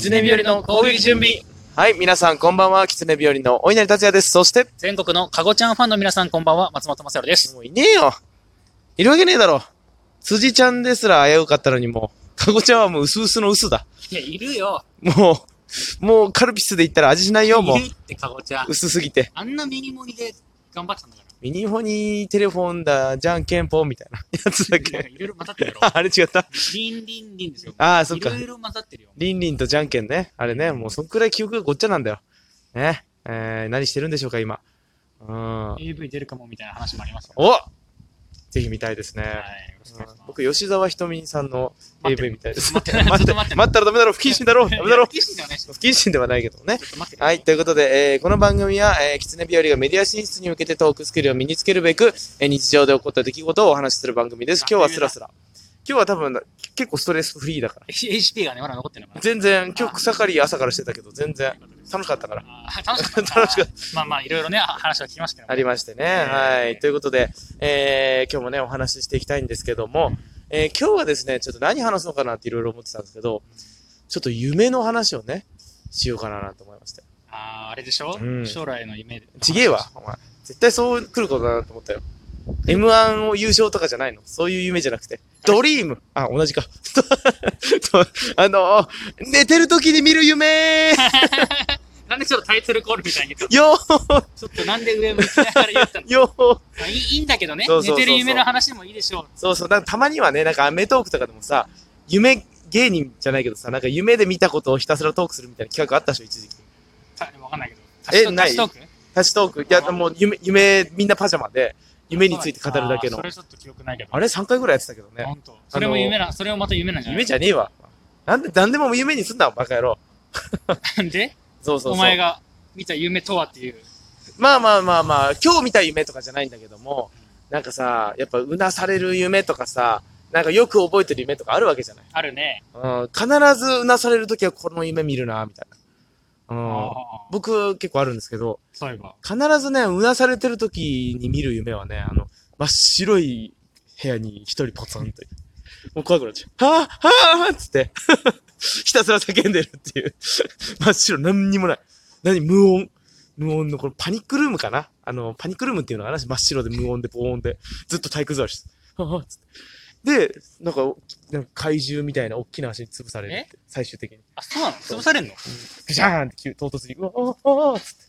狐日和の攻撃準備。はい、皆さんこんばんは。狐日和のお稲荷達也です。そして、 全国のかごちゃんファンの皆さんこんばんは。松本正弘です。 もういねえよ。いるわけねえだろ。辻ちゃんですら危うかったのにもう、かごちゃんはもう薄々の薄だ。 いや、いるよ。 もうカルピスで言ったら味しないよ、もう。 いるってかごちゃん。 薄すぎて。 あんなミニモニで頑張ってたんだから。 ミニフォニーテレフォンだ、じゃんけんぽんみたいなやつだっけ。 いろいろ混ざってるよ。 あれ違った。 リンリンリンですよ。 ああ、そっか。 いろいろ混ざってるよ。 リンリンとじゃんけんね。あれね、もうそんくらい記憶がごっちゃなんだよ。ね。何してるんでしょうか、今。 AV 出るかもみたいな話もありますよ。 おぜひ見たいですね。 はい。よろしくお願いします。 僕、吉沢ひとみさんの AV みたいです。 待って待ったらダメだろ、不謹慎だろ、ダメだろ。 不謹慎ではないし。 不謹慎ではないけどね。 ちょっと待って。 はい、ということで、この番組は、狐日和がメディア進出に向けてトークスキルを身につけるべく、日常で起こった出来事をお話しする番組です。今日はスラスラ。今日は多分、結構ストレスフリーだから。 HP がね、まだ残ってるのかな。 全然、今日草刈り朝からしてたけど、全然、楽しかったから。 楽しかった。 楽しかった。 まあまあ、いろいろね、話は聞きましたよ。 ありましてね。はい。ということで、今日もね、お話ししていきたいんですけども、今日はですね、ちょっと何話すのかなっていろいろ思ってたんですけど、ちょっと夢の話をね、しようかなと思いまして。 あれでしょ、将来の夢で。 ちげえわ、お前。絶対そう来ることだなと思ったよ。M1 を優勝とかじゃないの。そういう夢じゃなくて。ドリームあ、同じか。寝てる時に見る夢なんでちょっとタイトルコールみたいに言ったよーちょっとなんで上向きながら言ったのよーいいんだけどね。 そうそうそうそう寝てる夢の話もいいでしょう。 そうそう。なんかたまにはね、なんかアメトーークとかでもさ、夢芸人じゃないけどさ、なんか夢で見たことをひたすらトークするみたいな企画あったでしょ、一時期。 わかんないけど。 ないタッチトークタッチトーク。いや、もう夢、みんなパジャマで、夢について語るだけの。 それちょっと記憶ないけど。 あれ3回ぐらいやってたけどね。 本当。それも夢な、それもまた夢なんじゃない夢じゃねえわ。なんでも夢にすんな、バカ野郎。 なんでそうそうそう。 お前が見た夢とはっていう。 まあ、今日見た夢とかじゃないんだけども、なんかさ、やっぱうなされる夢とかさ、なんかよく覚えてる夢とかあるわけじゃない。 あるね。 必ずうなされるときはこの夢見るな、みたいな。僕結構あるんですけど、 そういえば。 必ずね、うなされてるときに見る夢はね、真っ白い部屋に一人ポツンといる。もう怖くなっちゃう。はぁはぁつって、ひたすら叫んでるっていう。真っ白、何にもない。無音の、これパニックルームかなパニックルームっていうのかな真っ白で無音でボーンで、ずっと体育座りして。はぁつって。で、なんか怪獣みたいな大きな足に潰されるって。最終的に。 あ、そうなの潰されんのぐしゃーんって唐突に、うわーつって。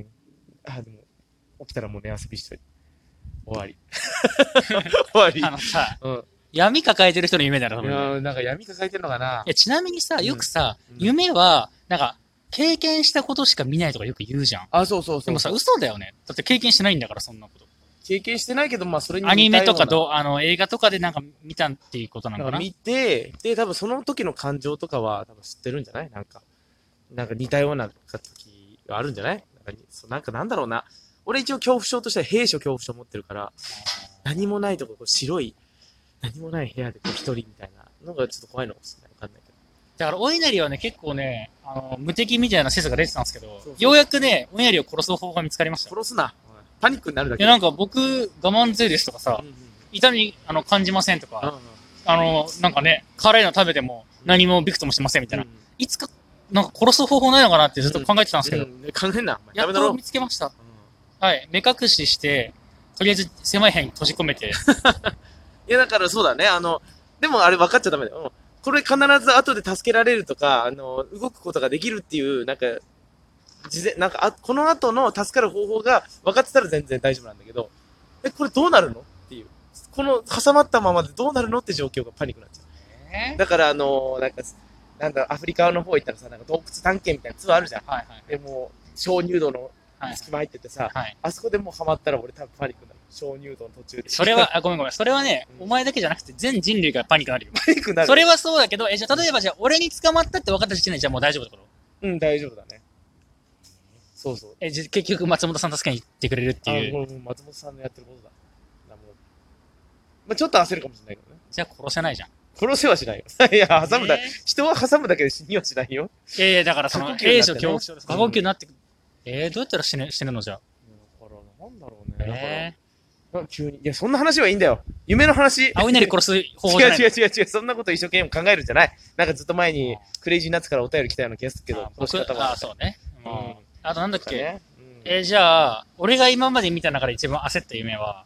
でも、起きたらもう寝汗びっしょり。終わり。終わり。 さ、闇抱えてる人の夢だろ、 なんか闇抱えてるのかな。 いや、ちなみにさ、よくさ、夢は、なんか、経験したことしか見ないとかよく言うじゃん。 あ、そう。 でもさ、嘘だよね。だって経験してないんだから、そんなこと。 経験してないけど、まあ、それにアニメとか映画とかでなんか見たっていうことなのかな。 見て、で、多分その時の感情とかは多分知ってるんじゃないなんか似たような時があるんじゃないなんだろうな。俺一応恐怖症としては閉所恐怖症持ってるから、何もないとこ、白い、何もない部屋で一人みたいなのがちょっと怖いのかもしれない。わかんないけど。 だから、お稲荷はね、結構ね、無敵みたいな説が出てたんですけど、ようやくね、お稲荷を殺す方法が見つかりました。 殺すな。パニックになるだけ。 なんか僕、我慢強いですとかさ、痛み、感じませんとか、なんかね、辛いの食べても何もびくともしませんみたいな。いつか、なんか殺す方法ないのかなってずっと考えてたんですけど、 考えんな。 やっと見つけました。はい。目隠しして、とりあえず狭い部屋に閉じ込めて。 いや、だからそうだね。でもあれ分かっちゃダメだよ。これ必ず後で助けられるとか、動くことができるっていう、この後の助かる方法が分かってたら全然大丈夫なんだけど、これどうなるのっていう。この挟まったままでどうなるのって状況がパニックになっちゃう。だからアフリカの方行ったらさ、なんか洞窟探検みたいなツアーあるじゃん。でも、鍾乳洞の隙間入っててさ、あそこでもうハマったら俺多分パニックになる。鍾乳洞の途中で。 それは、ごめん。それはね、お前だけじゃなくて全人類がパニックになるよ。 パニックになる。 それはそうだけど、じゃあ例えば俺に捕まったって分かった時点でじゃあもう大丈夫ってこと？ 大丈夫だね。そう。 結局松本さん助けに行ってくれるっていう。 松本さんのやってることだ。まあ、ちょっと焦るかもしれないけどね。 じゃあ殺せないじゃん。 殺せはしないよ。いや、挟むだ。人は挟むだけで死にはしないよ。 だからその、閉所恐怖症です。過呼吸になってく。どうやったら死ぬのじゃあ。 だから、なんだろうね。 急に。いや、そんな話はいいんだよ。夢の話。 あ、お稲荷殺す方法じゃない。 違う。そんなこと一生懸命考えるんじゃない。なんかずっと前にクレイジーナッツからお便り来たような気がするけど、 僕、そうね。あとなんだっけ。じゃあ、俺が今まで見た中で一番焦った夢は、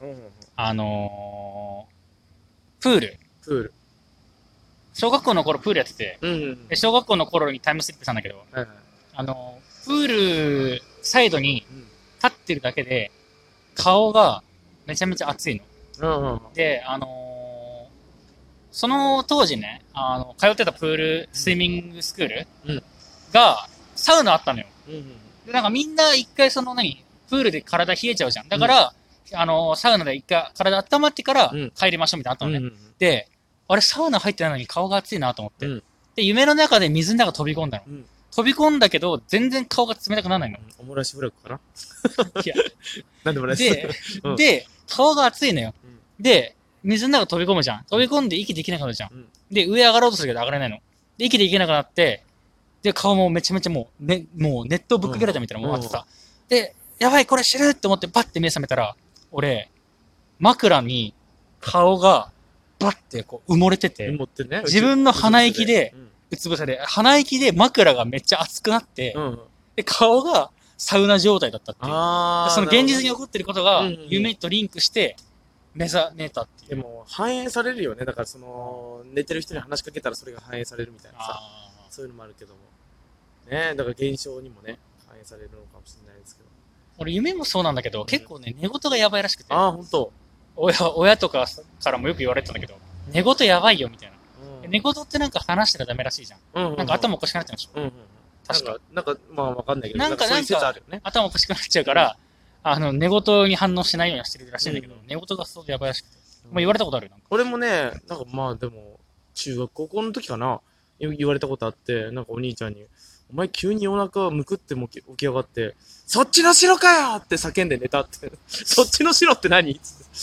プール。小学校の頃プールやってて、で小学校の頃にタイムスリップしたんだけど、プールサイドに立ってるだけで、顔がめちゃめちゃ熱いの。で、その当時ね、通ってたプール、スイミングスクールが、サウナあったのよ。で、なんかみんな一回プールで体冷えちゃうじゃん。だから、サウナで一回体温まってから帰りましょうみたいなのあったのね。で、あれサウナ入ってないのに顔が熱いなと思って。で、夢の中で水の中飛び込んだの。飛び込んだけど、全然顔が冷たくならないの。 おもらしブラックかな。 いや。 なんでもないで、で、顔が熱いのよ。で、水の中飛び込むじゃん。飛び込んで息できなくなるじゃん。で、上上がろうとするけど上がれないの。で、息できなくなって、で、顔もめちゃめちゃもうネットをぶっかけられたみたいなもんあってさ。で、やばい、これ死ぬって思ってバッて目覚めたら、俺、枕に顔がバッてこう埋もれてて、自分の鼻息で、うつ伏せで、鼻息で枕がめっちゃ熱くなって、で、顔がサウナ状態だったっていう。その現実に起こってることが夢とリンクして目覚めたっていう。 でも反映されるよね。だから寝てる人に話しかけたらそれが反映されるみたいなさ。そういうのもあるけども。ね、だから現象にもね、反映されるのかもしれないですけど。 俺夢もそうなんだけど、結構ね、寝言がやばいらしくて。 本当。 親とかからもよく言われてたんだけど、寝言やばいよみたいな。寝言ってなんか話したらダメらしいじゃん。なんか頭おかしくなっちゃうんでしょ。確か。 なんか、まあわかんないけど、 なんか頭おかしくなっちゃうから、寝言に反応しないようにはしてるらしいんだけど、寝言がそうやばいらしくて。言われたことあるよ。 俺もね、なんかまあでも、中学高校の時かな、言われたことあって、なんかお兄ちゃんに、お前急にお腹むくって起き上がって、そっちの白かよって叫んで寝たって。そっちの白って何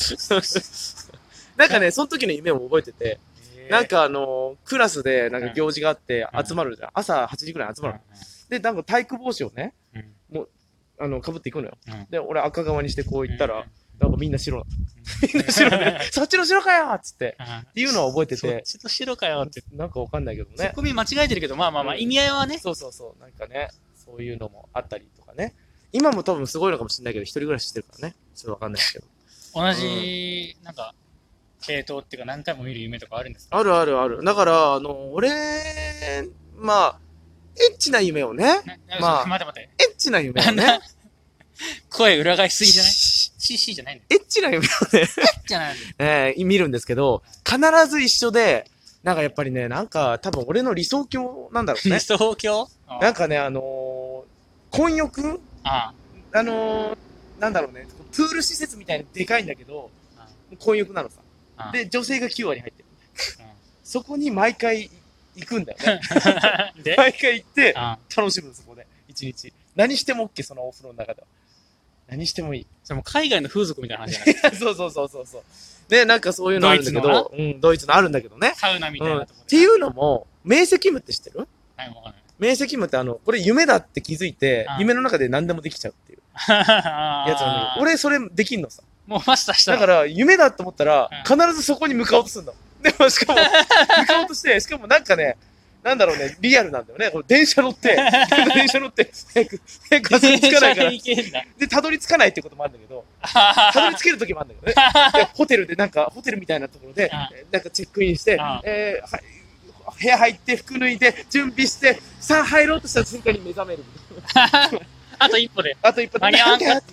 なんかね、その時の夢を覚えてて、なんかクラスでなんか行事があって集まるじゃん。朝8時くらい集まる。で、なんか体育帽子をね、もう、被っていくのよ。で、俺赤側にしてこう言ったら、なんかみんな白。みんな白で、そっちの白かよっつって。っていうのは覚えてて。そっちの白かよって。 なんかわかんないけどね。 ツッコミ間違えてるけど、まあ、意味合いはね。 そう。なんかね、そういうのもあったりとかね。今も多分すごいのかもしれないけど、一人暮らししてるからね。ちょっとわかんないですけど。 同じ、なんか、系統っていうか何回も見る夢とかあるんですか？ ある。だから、俺、まあ、エッチな夢をね。 まあ、待て。 エッチな夢をね。 声裏返しすぎじゃない？シーじゃないの？ エッチな夢をね。 じゃないの見るんですけど、必ず一緒で、なんかやっぱりね、なんか多分俺の理想郷なんだろうね。 理想郷？ なんかね、混浴？なんだろうね、プール施設みたいにでかいんだけど、混浴なのさ。で、女性が9割入ってる。そこに毎回行くんだよね。毎回行って、楽しむそこで。一日。何しても OK、そのお風呂の中では。何してもいい。 それも海外の風俗みたいな話じゃない？ そう。で、なんかそういうのあるんだけど、ドイツのあるんだけどね。 サウナみたいなとこっていうのも、明晰夢って知ってる？ はい、わかんない。 明晰夢ってこれ夢だって気づいて、夢の中で何でもできちゃうっていうやつなんだけど、俺それできんのさ。 もうマスターしただから夢だと思ったら、必ずそこに向かおうとするんだ。でもしかも、向かおうとして、しかもなんかね、なんだろうね、リアルなんだよね。これ電車乗って、早くたどり着かないから。で、たどり着かないってこともあるんだけど、たどり着ける時もあるんだけどね。ホテルみたいなところで、なんかチェックインして、部屋入って、服脱いで、準備して、さあ入ろうとした瞬間に目覚める。 あと一歩で。間に合わんかった。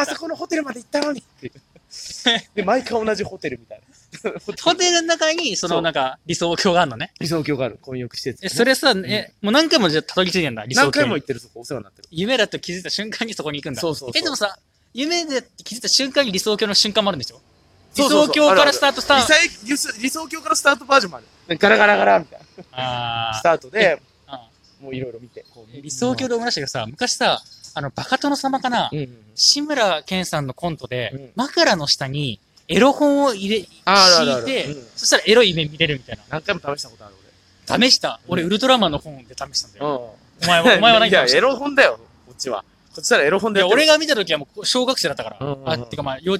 あそこのホテルまで行ったのにっていう。で、毎回同じホテルみたいな。 ホテルの中に、なんか、理想郷があるのね。 理想郷がある。混浴施設。 それさ、もう何回もじゃたどり着いてんだ、理想郷。 何回も行ってる、そこお世話になってる。 夢だと気づいた瞬間にそこに行くんだ。 そう。 でもさ、夢で気づいた瞬間に理想郷の瞬間もあるんでしょ？理想郷からスタート理想郷からスタートバージョンもある。ガラガラガラみたいな。スタートで、もういろいろ見て。 理想郷で思い出したけどさ、昔さ、バカ殿様かな、志村けんさんのコントで、枕の下にエロ本を敷いて、そしたらエロい夢見れるみたいな。 何回も試したことある俺。試した。俺、ウルトラマンの本で試したんだよ。お前は何いや、エロ本だよ、こっちは。こっちはエロ本だよ。 俺が見た時はもう小学生だったから。てかまあ、幼稚園か。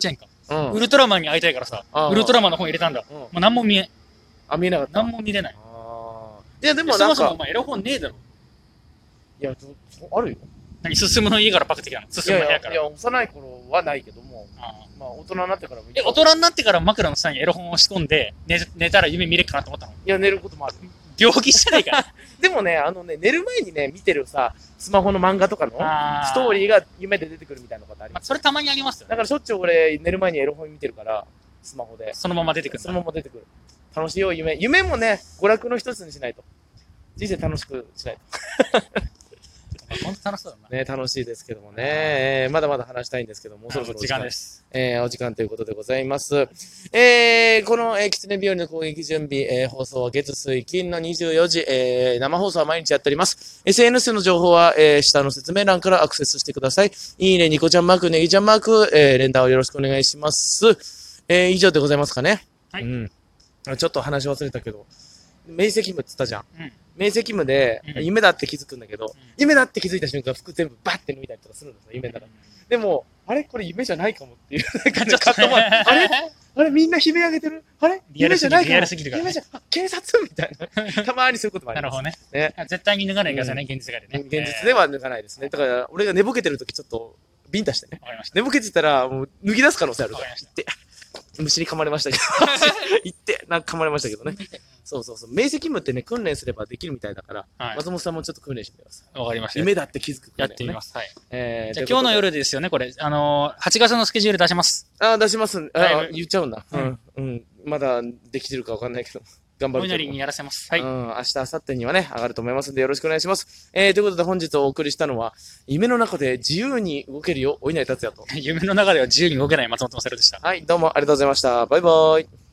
うん。 ウルトラマンに会いたいからさ、 あーウルトラマンの本入れたんだ。 うんもう何も見えん。 あ、見えなかった。 何も見れない。 いや、でもなんかそもそもお、前エロ本ねえだろ。 いや、あるよ。 何、進むの家からパクってきたの進むの部屋から。 いや、幼い頃はないけども、 あーまあ、大人になってからも。 大人になってから枕の下にエロ本を仕込んで、寝たら夢見れっかなと思ったの。 いや、寝ることもある。 病気してないから。 でもね、寝る前にね、見てるさ、スマホの漫画とかのあーストーリーが夢で出てくるみたいなことあります。 それたまにありますよね。 だからしょっちゅう俺、寝る前にエロ本見てるから、スマホで。 そのまま出てくるんそだ。 のまま出てくる。楽しいよ、夢。夢もね、娯楽の一つにしないと。人生楽しくしない本当楽しそうだな。 と。ね、楽しいですけどもね。まだまだ話したいんですけども、もうそろそろ時間です。 お時間ということでございます。この、狐日和の攻撃準備、放送は月水金の24時、生放送は毎日やっております。SNS の情報は、下の説明欄からアクセスしてください。いいね、ニコちゃんマーク、ネギちゃんマーク、連打をよろしくお願いします。以上でございますかね。 はいうん。ちょっと話忘れたけど、明晰夢って言ったじゃん。 うん。 明晰夢で、 うん夢だって気づくんだけど、 ん夢だって気づいた瞬間、服全部バッて脱いだりとかするんですよ、夢の中で。でも、あれこれ夢じゃないかもっていう、なんかね、カットマン、あれみんな悲鳴上げてるあれリアルすぎる夢じゃないかもリアルすぎるからね夢じゃ、警察みたいな。たまにそういうこともあります。 なるほどね。 ね。 絶対に脱がないでくださいね、現実世界でね。 現実では脱がないですね。だから、俺が寝ぼけてるときちょっと、ビンタしてね。 わかりました。 寝ぼけてたら、もう脱ぎ出す可能性あるから。 わかりました言って、虫に噛まれましたけど。言って、なんか噛まれましたけどね。そうそうそう。明晰夢ってね、訓練すればできるみたいだから、 はい松本さんもちょっと訓練してみてください。 わかりました。 夢だって気づく訓練をね。 やってみます。はい。 じゃじゃあ今日の夜ですよね、これ。8月のスケジュール出します。 出します。 だいぶ言っちゃうんだ。うん。まだできてるかわかんないけど。頑張るけど。 お祈りにやらせます。はい。 明日、明後日にはね、上がると思いますんでよろしくお願いします。ということで本日お送りしたのは、夢の中で自由に動けるよ、お稲荷達也と。 夢の中では自由に動けない松本まさるでした。 はい、どうもありがとうございました。バイバイ。